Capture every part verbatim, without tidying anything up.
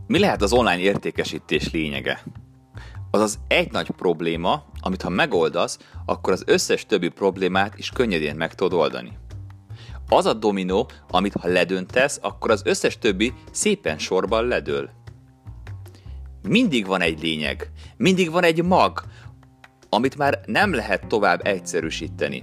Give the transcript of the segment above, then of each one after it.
Mi lehet az online értékesítés lényege? Az az egy nagy probléma, amit ha megoldasz, akkor az összes többi problémát is könnyedén meg tudod oldani. Az a dominó, amit ha ledöntesz, akkor az összes többi szépen sorban ledől. Mindig van egy lényeg, mindig van egy mag, amit már nem lehet tovább egyszerűsíteni.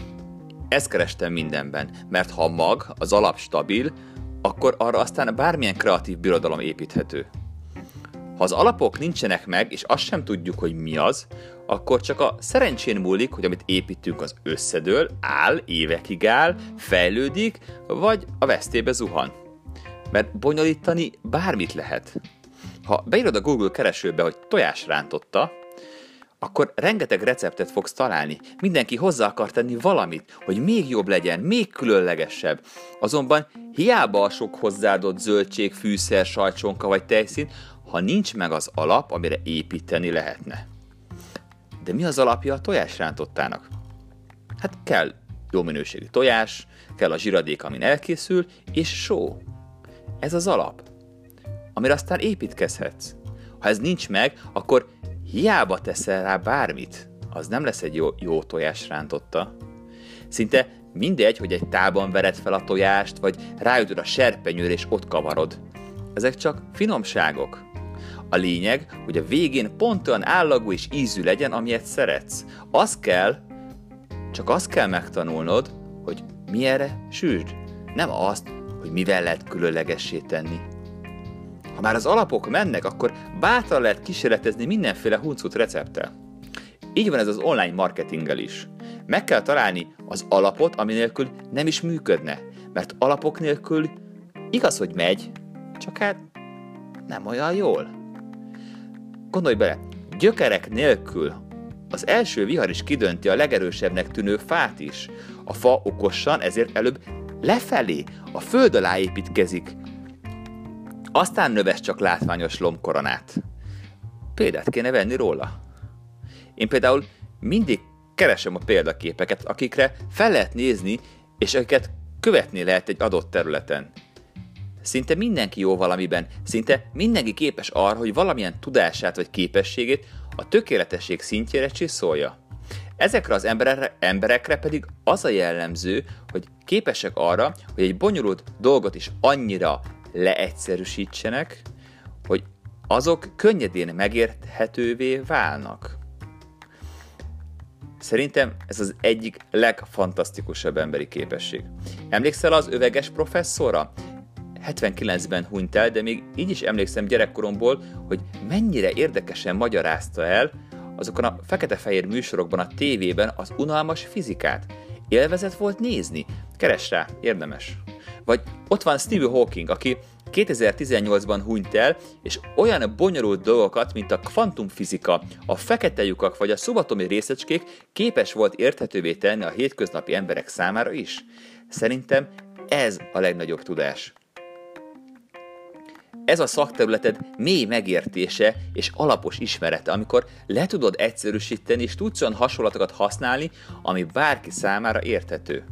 Ezt kerestem mindenben, mert ha a mag, az alap stabil, akkor arra aztán bármilyen kreatív birodalom építhető. Ha az alapok nincsenek meg, és azt sem tudjuk, hogy mi az, akkor csak a szerencsén múlik, hogy amit építünk, az összedől, áll, évekig áll, fejlődik, vagy a vesztébe zuhan. Mert bonyolítani bármit lehet. Ha beírod a Google keresőbe, hogy tojásrántotta, akkor rengeteg receptet fogsz találni. Mindenki hozzá akar tenni valamit, hogy még jobb legyen, még különlegesebb. Azonban hiába a sok hozzáadott zöldség, fűszer, sajtsonka vagy tejszín, ha nincs meg az alap, amire építeni lehetne. De mi az alapja a tojásrántottának? Hát kell jó minőségű tojás, kell a zsiradék, amin elkészül, és só. Ez az alap, amire aztán építkezhetsz. Ha ez nincs meg, akkor hiába teszel rá bármit, az nem lesz egy jó, jó tojásrántotta. Szinte mindegy, hogy egy tálban vered fel a tojást, vagy ráütöd a serpenyőre és ott kavarod. Ezek csak finomságok. A lényeg, hogy a végén pont olyan állagú és ízű legyen, amilyet szeretsz. Az kell, csak azt kell megtanulnod, hogy milyenre süsd. Nem azt, hogy mivel lehet különlegessé tenni. Ha már az alapok mennek, akkor bátran lehet kísérletezni mindenféle huncut recepttel. Így van ez az online marketinggel is. Meg kell találni az alapot, ami nélkül nem is működne. Mert alapok nélkül igaz, hogy megy, csak hát nem olyan jól. Gondolj bele, gyökerek nélkül az első vihar is kidönti a legerősebbnek tűnő fát is. A fa okosan ezért előbb lefelé, a föld alá építkezik. Aztán növesz csak látványos lombkoronát. Példát kéne venni róla. Én például mindig keresem a példaképeket, akikre fel lehet nézni, és akiket követni lehet egy adott területen. Szinte mindenki jó valamiben, szinte mindenki képes arra, hogy valamilyen tudását vagy képességét a tökéletesség szintjére csiszolja. Ezekre az emberekre, emberekre pedig az a jellemző, hogy képesek arra, hogy egy bonyolult dolgot is annyira leegyszerűsítsenek, hogy azok könnyedén megérthetővé válnak. Szerintem ez az egyik legfantasztikusabb emberi képesség. Emlékszel az öveges professzorra? hetvenkilencben hunyt el, de még így is emlékszem gyerekkoromból, hogy mennyire érdekesen magyarázta el azokon a fekete-fehér műsorokban a tévében az unalmas fizikát. Élvezet volt nézni. Keres rá, érdemes. Vagy ott van Stephen Hawking, aki kétezer-tizennyolcban hunyt el, és olyan bonyolult dolgokat, mint a kvantumfizika, a fekete lyukak vagy a szubatomi részecskék képes volt érthetővé tenni a hétköznapi emberek számára is. Szerintem ez a legnagyobb tudás. Ez a szakterületed mély megértése és alapos ismerete, amikor le tudod egyszerűsíteni és tudsz olyan hasonlatokat használni, ami bárki számára érthető.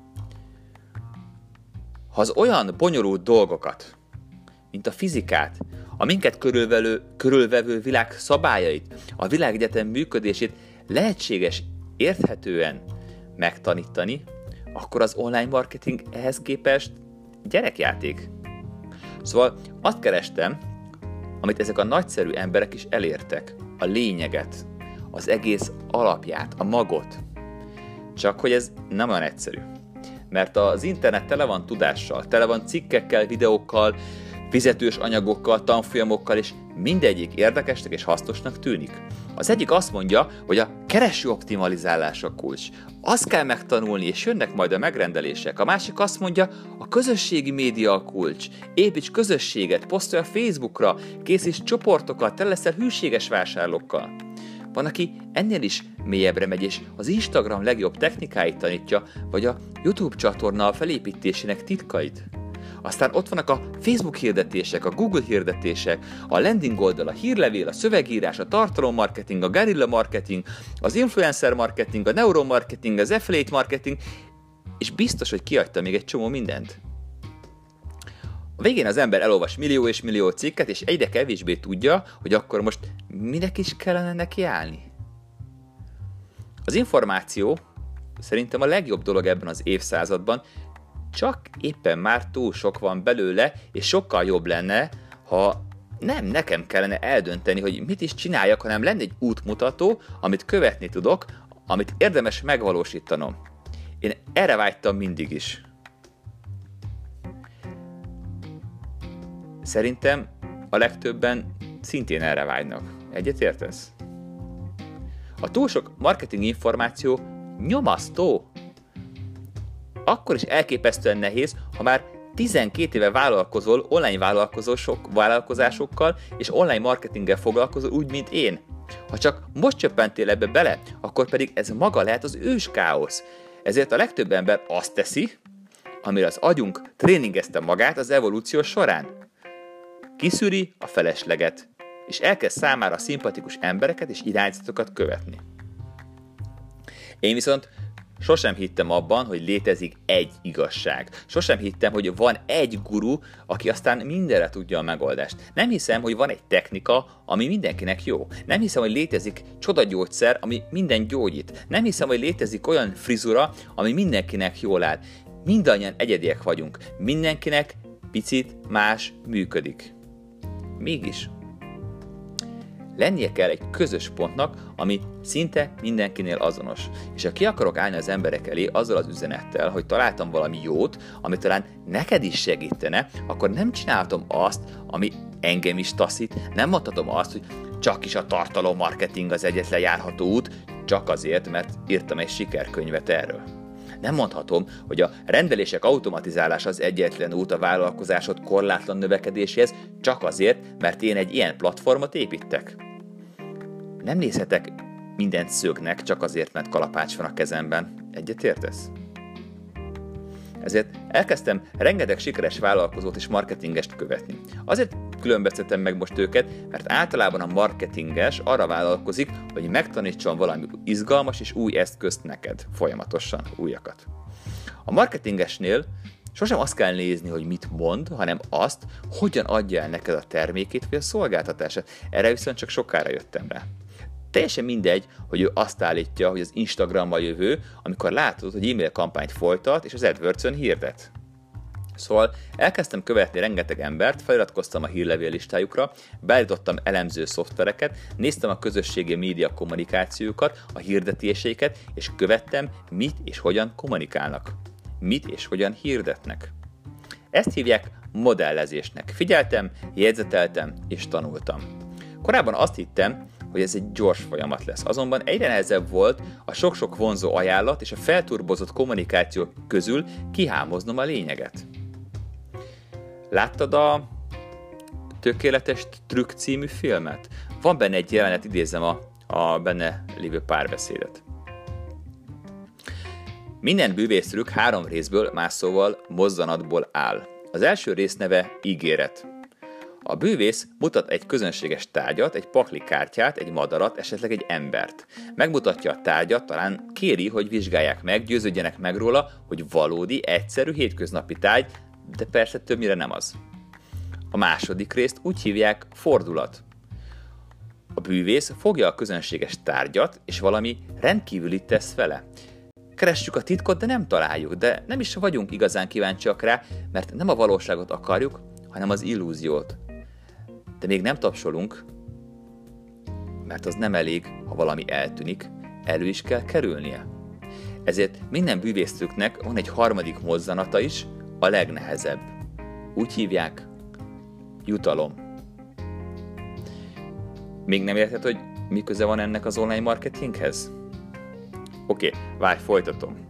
Ha az olyan bonyolult dolgokat, mint a fizikát, a minket körülvelő, körülvevő világ szabályait, a világegyetem működését lehetséges érthetően megtanítani, akkor az online marketing ehhez képest gyerekjáték. Szóval azt kerestem, amit ezek a nagyszerű emberek is elértek, a lényeget, az egész alapját, a magot. Csak hogy ez nem olyan egyszerű. Mert az internet tele van tudással, tele van cikkekkel, videókkal, fizetős anyagokkal, tanfolyamokkal, és mindegyik érdekesnek és hasznosnak tűnik. Az egyik azt mondja, hogy a kereső optimalizálás a kulcs. Azt kell megtanulni, és jönnek majd a megrendelések. A másik azt mondja, a közösségi média a kulcs. Építs közösséget, posztolj a Facebookra, készíts csoportokat, te leszel hűséges vásárlókkal. Van, aki ennél is mélyebbre megy, és az Instagram legjobb technikáit tanítja, vagy a YouTube csatorna felépítésének titkait. Aztán ott vannak a Facebook hirdetések, a Google hirdetések, a landing oldal, a hírlevél, a szövegírás, a tartalommarketing, a guerilla marketing, az influencer marketing, a neuromarketing, az affiliate marketing, és biztos, hogy kihagyta még egy csomó mindent. A végén az ember elolvas millió és millió cikket, és egyre kevésbé tudja, hogy akkor most minek is kellene neki állni. Az információ szerintem a legjobb dolog ebben az évszázadban, csak éppen már túl sok van belőle, és sokkal jobb lenne, ha nem nekem kellene eldönteni, hogy mit is csináljak, hanem lenne egy útmutató, amit követni tudok, amit érdemes megvalósítanom. Én erre vágytam mindig is. Szerintem a legtöbben szintén erre vágynak. Egyet értesz? A túl sok marketing információ nyomasztó. Akkor is elképesztően nehéz, ha már tizenkét éve vállalkozol online vállalkozások, vállalkozásokkal és online marketinggel foglalkozol úgy, mint én. Ha csak most csöppentél ebbe bele, akkor pedig ez maga lehet az ős káosz. Ezért a legtöbb ember azt teszi, amire az agyunk tréningezte magát az evolúció során. Kiszűri a felesleget, és elkezd számára szimpatikus embereket és irányzatokat követni. Én viszont sosem hittem abban, hogy létezik egy igazság. Sosem hittem, hogy van egy guru, aki aztán mindenre tudja a megoldást. Nem hiszem, hogy van egy technika, ami mindenkinek jó. Nem hiszem, hogy létezik csodagyógyszer, ami minden gyógyít. Nem hiszem, hogy létezik olyan frizura, ami mindenkinek jól áll. Mindannyian egyediek vagyunk. Mindenkinek picit más működik. Mégis lennie kell egy közös pontnak, ami szinte mindenkinél azonos. És ha ki akarok állni az emberek elé azzal az üzenettel, hogy találtam valami jót, ami talán neked is segítene, akkor nem csinálhatom azt, ami engem is taszít, nem mondhatom azt, hogy csak is a tartalommarketing az egyetlen járható út, csak azért, mert írtam egy sikerkönyvet erről. Nem mondhatom, hogy a rendelések automatizálása az egyetlen út a vállalkozásod korlátlan növekedéséhez, csak azért, mert én egy ilyen platformot építek. Nem nézhetek mindent szögnek, csak azért, mert kalapács van a kezemben. Egyet értesz? Ezért elkezdtem rengeteg sikeres vállalkozót és marketingest követni. Azért különböztetem meg most őket, mert általában a marketinges arra vállalkozik, hogy megtanítson valami izgalmas és új eszközt neked, folyamatosan újakat. A marketingesnél sosem azt kell nézni, hogy mit mond, hanem azt, hogyan adja el neked a termékét vagy a szolgáltatását. Erre viszont csak sokára jöttem rá. Teljesen mindegy, hogy ő azt állítja, hogy az Instagrammal jövő, amikor látod, hogy e-mail kampányt folytat és az AdWords-ön hirdet. Szóval elkezdtem követni rengeteg embert, feliratkoztam a hírlevél listájukra, beállítottam elemző szoftvereket, néztem a közösségi média kommunikációjukat, a hirdetéseiket, és követtem, mit és hogyan kommunikálnak. Mit és hogyan hirdetnek. Ezt hívják modellezésnek. Figyeltem, jegyzeteltem és tanultam. Korábban azt hittem, hogy ez egy gyors folyamat lesz. Azonban egyre nehezebb volt a sok-sok vonzó ajánlat és a felturbozott kommunikáció közül kihámoznom a lényeget. Láttad a Tökéletes Trükk című filmet? Van benne egy jelenet, idézem a, a benne lévő párbeszédet. Minden bűvésztrükk három részből, más szóval mozzanatból áll. Az első rész neve ígéret. A bűvész mutat egy közönséges tárgyat, egy paklikártyát, egy madarat, esetleg egy embert. Megmutatja a tárgyat, talán kéri, hogy vizsgálják meg, győződjenek meg róla, hogy valódi, egyszerű, hétköznapi tárgy, de persze többnyire nem az. A második részt úgy hívják fordulat. A bűvész fogja a közönséges tárgyat, és valami rendkívülit tesz vele. Keressük a titkot, de nem találjuk, de nem is vagyunk igazán kíváncsiak rá, mert nem a valóságot akarjuk, hanem az illúziót. De még nem tapsolunk, mert az nem elég, ha valami eltűnik, elő is kell kerülnie. Ezért minden bűvésztrükknek van egy harmadik mozzanata is, a legnehezebb. Úgy hívják jutalom. Még nem érted, hogy mi köze van ennek az online marketinghez? Oké, okay, várj, folytatom.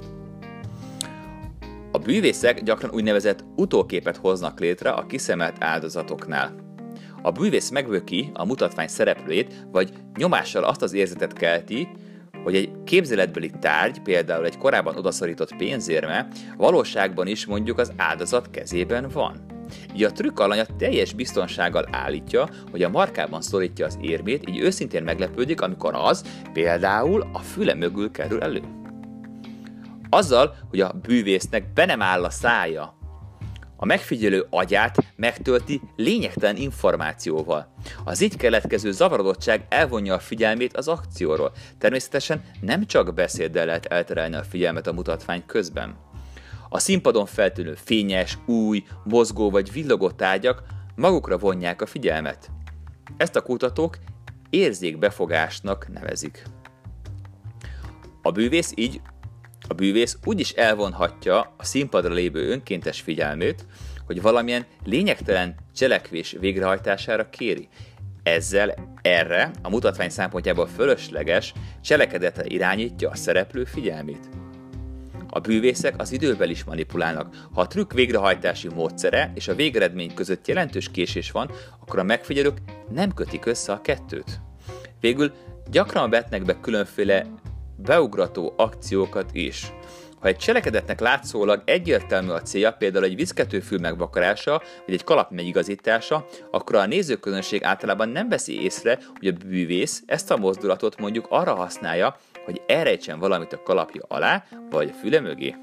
A bűvészek gyakran úgynevezett utóképet hoznak létre a kiszemelt áldozatoknál. A bűvész megvöki a mutatvány szereplőjét, vagy nyomással azt az érzetet kelti, hogy egy képzeletbeli tárgy, például egy korábban odaszorított pénzérme, valóságban is mondjuk az áldozat kezében van. Így a trükk alanya teljes biztonsággal állítja, hogy a markában szorítja az érmét, így őszintén meglepődik, amikor az például a füle mögül kerül elő. Azzal, hogy a bűvésznek be nem áll a szája, A megfigyelő agyát megtölti lényegtelen információval. Az így keletkező zavarodottság elvonja a figyelmét az akcióról. Természetesen nem csak beszéddel lehet elterelni a figyelmet a mutatvány közben. A színpadon feltűnő fényes, új, mozgó vagy villogó tárgyak magukra vonják a figyelmet. Ezt a kutatók érzékbefogásnak nevezik. A bűvész így A bűvész úgy is elvonhatja a színpadra lévő önkéntes figyelmét, hogy valamilyen lényegtelen cselekvés végrehajtására kéri. Ezzel erre a mutatvány szempontjából fölösleges cselekedetre irányítja a szereplő figyelmét. A bűvészek az idővel is manipulálnak. Ha a trükk végrehajtási módszere és a végeredmény között jelentős késés van, akkor a megfigyelők nem kötik össze a kettőt. Végül gyakran vetnek be különféle beugrató akciókat is. Ha egy cselekedetnek látszólag egyértelmű a célja, például egy viszketőfül megvakarása, vagy egy kalap megigazítása, akkor a nézőközönség általában nem veszi észre, hogy a bűvész ezt a mozdulatot mondjuk arra használja, hogy elrejtsen valamit a kalapja alá, vagy a füle mögé.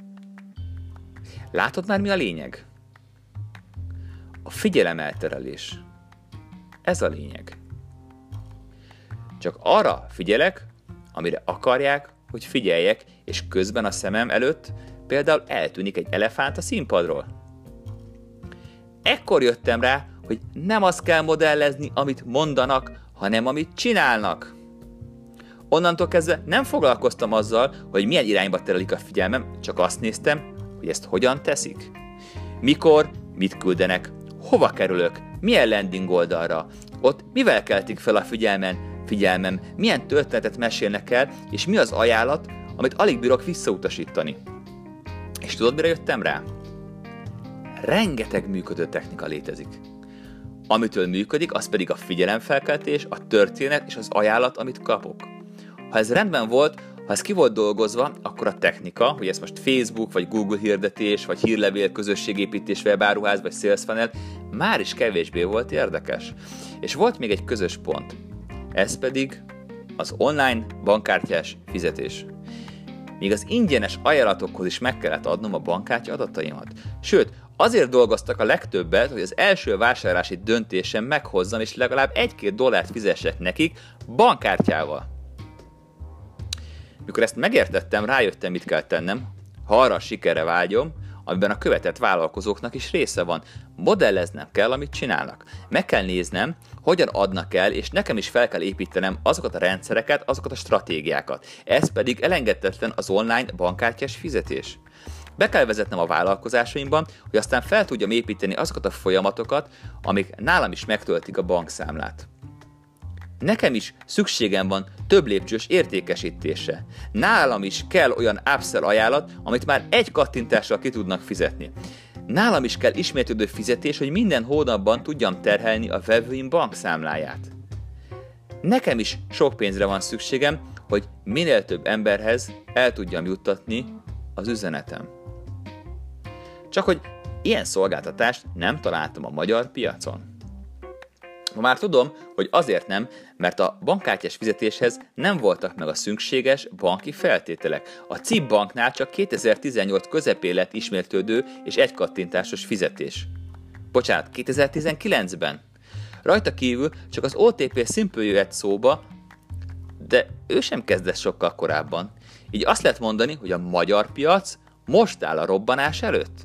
Látod már, mi a lényeg? A figyelemelterelés. Ez a lényeg. Csak arra figyelek, amire akarják, hogy figyeljek, és közben a szemem előtt például eltűnik egy elefánt a színpadról. Ekkor jöttem rá, hogy nem azt kell modellezni, amit mondanak, hanem amit csinálnak. Onnantól kezdve nem foglalkoztam azzal, hogy milyen irányba terelik a figyelmem, csak azt néztem, hogy ezt hogyan teszik. Mikor, mit küldenek, hova kerülök, milyen landing oldalra, ott mivel keltik fel a figyelmen, figyelmem, milyen történetet mesélnek el, és mi az ajánlat, amit alig bírok visszautasítani. És tudod, mire jöttem rá? Rengeteg működő technika létezik. Amitől működik, az pedig a figyelemfelkeltés, a történet és az ajánlat, amit kapok. Ha ez rendben volt, ha ez ki volt dolgozva, akkor a technika, hogy ez most Facebook, vagy Google hirdetés, vagy hírlevél, közösségépítés, webáruház, vagy sales funnel, már is kevésbé volt érdekes. És volt még egy közös pont. Ez pedig az online bankkártyás fizetés. Még az ingyenes ajánlatokhoz is meg kellett adnom a bankkártya adataimat. Sőt, azért dolgoztak a legtöbbet, hogy az első vásárlási döntésem meghozzam, és legalább egy-két dollárt fizessek nekik bankkártyával. Mikor ezt megértettem, rájöttem, mit kell tennem, ha arra a sikerre vágyom, amiben a követett vállalkozóknak is része van. Modelleznem kell, amit csinálnak. Meg kell néznem, hogyan adnak el, és nekem is fel kell építenem azokat a rendszereket, azokat a stratégiákat. Ez pedig elengedhetetlen az online bankkártyás fizetés. Be kell vezetnem a vállalkozásaimban, hogy aztán fel tudjam építeni azokat a folyamatokat, amik nálam is megtöltik a bankszámlát. Nekem is szükségem van több lépcsős értékesítésre. Nálam is kell olyan upsell ajánlat, amit már egy kattintással ki tudnak fizetni. Nálam is kell ismétlődő fizetés, hogy minden hónapban tudjam terhelni a vevőim bankszámláját. Nekem is sok pénzre van szükségem, hogy minél több emberhez el tudjam juttatni az üzenetem. Csak hogy ilyen szolgáltatást nem találtam a magyar piacon. Ma már tudom, hogy azért nem, mert a bankkártyás fizetéshez nem voltak meg a szükséges banki feltételek. A cé i bé banknál csak kétezer-tizennyolc közepén lett ismétlődő és egy kattintásos fizetés. Bocsánat, kétezer-tizenkilencben. Rajta kívül csak az o té pé Simple jöhet szóba, de ő sem kezdett sokkal korábban. Így azt lehet mondani, hogy a magyar piac most áll a robbanás előtt.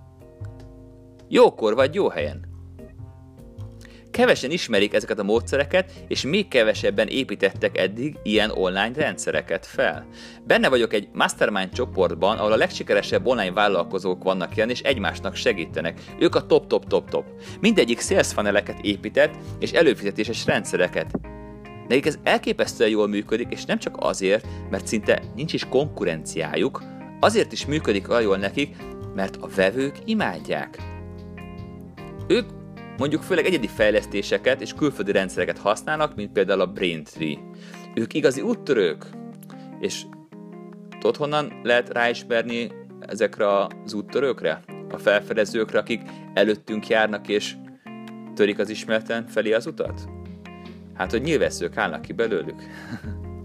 Jókor vagy jó helyen. Kevesen ismerik ezeket a módszereket, és még kevesebben építettek eddig ilyen online rendszereket fel. Benne vagyok egy mastermind csoportban, ahol a legsikeresebb online vállalkozók vannak jelen, és egymásnak segítenek. Ők a top, top, top, top. Mindegyik sales funneleket épített, és előfizetéses rendszereket. Nekik ez elképesztően jól működik, és nem csak azért, mert szinte nincs is konkurenciájuk, azért is működik olyan jól nekik, mert a vevők imádják. Ők mondjuk főleg egyedi fejlesztéseket és külföldi rendszereket használnak, mint például a Braintree. Ők igazi úttörők. És tudod, honnan lehet ráismerni ezekre az úttörőkre? A felfedezőkre, akik előttünk járnak és törik az ismeretlen felé az utat? Hát, hogy nyilvesszők állnak ki belőlük.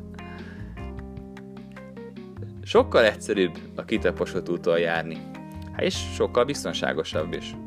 Sokkal egyszerűbb a kitaposott úton járni. Hát és sokkal biztonságosabb is.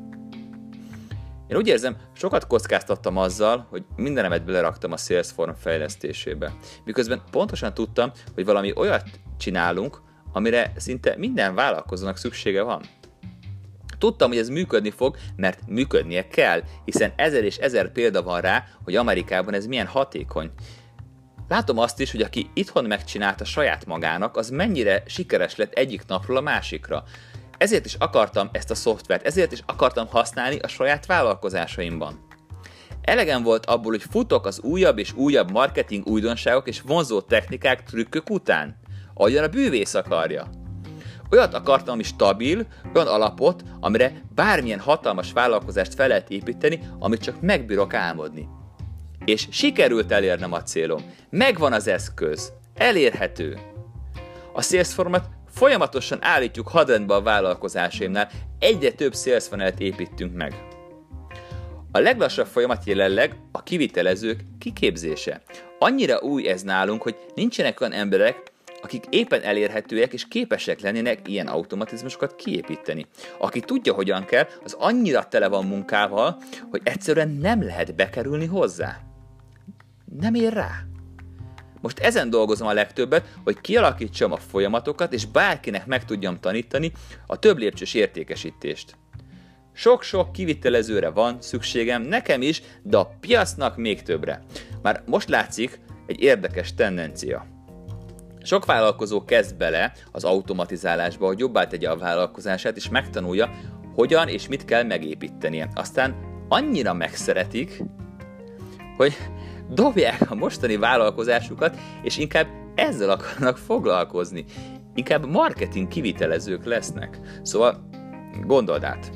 Én úgy érzem, sokat kockáztattam azzal, hogy mindenemet beleraktam a Salesforce fejlesztésébe. Miközben pontosan tudtam, hogy valami olyat csinálunk, amire szinte minden vállalkozónak szüksége van. Tudtam, hogy ez működni fog, mert működnie kell, hiszen ezer és ezer példa van rá, hogy Amerikában ez milyen hatékony. Látom azt is, hogy aki itthon megcsinálta saját magának, az mennyire sikeres lett egyik napról a másikra. Ezért is akartam ezt a szoftvert, ezért is akartam használni a saját vállalkozásaimban. Elegem volt abból, hogy futok az újabb és újabb marketing újdonságok és vonzó technikák, trükkök után, ahogyan a bűvész akarja. Olyat akartam, ami stabil, olyan alapot, amire bármilyen hatalmas vállalkozást fel lehet építeni, amit csak megbírok álmodni. És sikerült elérnem a célom. Megvan az eszköz. Elérhető. A Salesforce-ot folyamatosan állítjuk hadrendbe a vállalkozásaimnál, egyre több sales funnelt építünk meg. A leglassabb folyamat jelenleg a kivitelezők kiképzése. Annyira új ez nálunk, hogy nincsenek olyan emberek, akik éppen elérhetőek és képesek lennének ilyen automatizmusokat kiépíteni. Aki tudja, hogyan kell, az annyira tele van munkával, hogy egyszerűen nem lehet bekerülni hozzá. Nem ér rá. Most ezen dolgozom a legtöbbet, hogy kialakítsam a folyamatokat, és bárkinek meg tudjam tanítani a több lépcsős értékesítést. Sok-sok kivitelezőre van szükségem, nekem is, de a piacnak még többre. Már most látszik egy érdekes tendencia. Sok vállalkozó kezd bele az automatizálásba, hogy jobbá tegye a vállalkozását, és megtanulja, hogyan és mit kell megépítenie. Aztán annyira megszeretik, hogy dobják a mostani vállalkozásukat, és inkább ezzel akarnak foglalkozni. Inkább marketing kivitelezők lesznek. Szóval gondold át,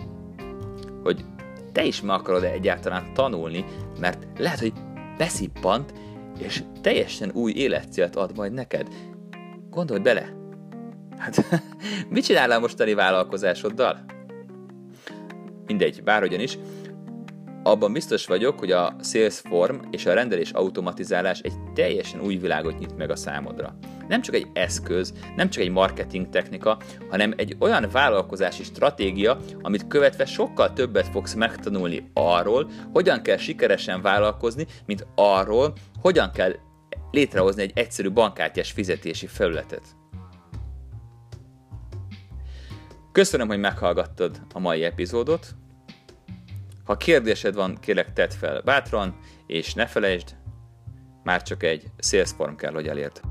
hogy te is meg akarod egyáltalán tanulni, mert lehet, hogy beszippant, és teljesen új életcélt ad majd neked. Gondolj bele! Hát, mit csinálnál mostani vállalkozásoddal? Mindegy, bárhogyan is. Abban biztos vagyok, hogy a Salesforce és a rendelés automatizálás egy teljesen új világot nyit meg a számodra. Nem csak egy eszköz, nem csak egy marketing technika, hanem egy olyan vállalkozási stratégia, amit követve sokkal többet fogsz megtanulni arról, hogyan kell sikeresen vállalkozni, mint arról, hogyan kell létrehozni egy egyszerű bankkártyás fizetési felületet. Köszönöm, hogy meghallgattad a mai epizódot. Ha kérdésed van, kérlek tedd fel bátran, és ne felejtsd, már csak egy Salesforce kell, hogy elérd.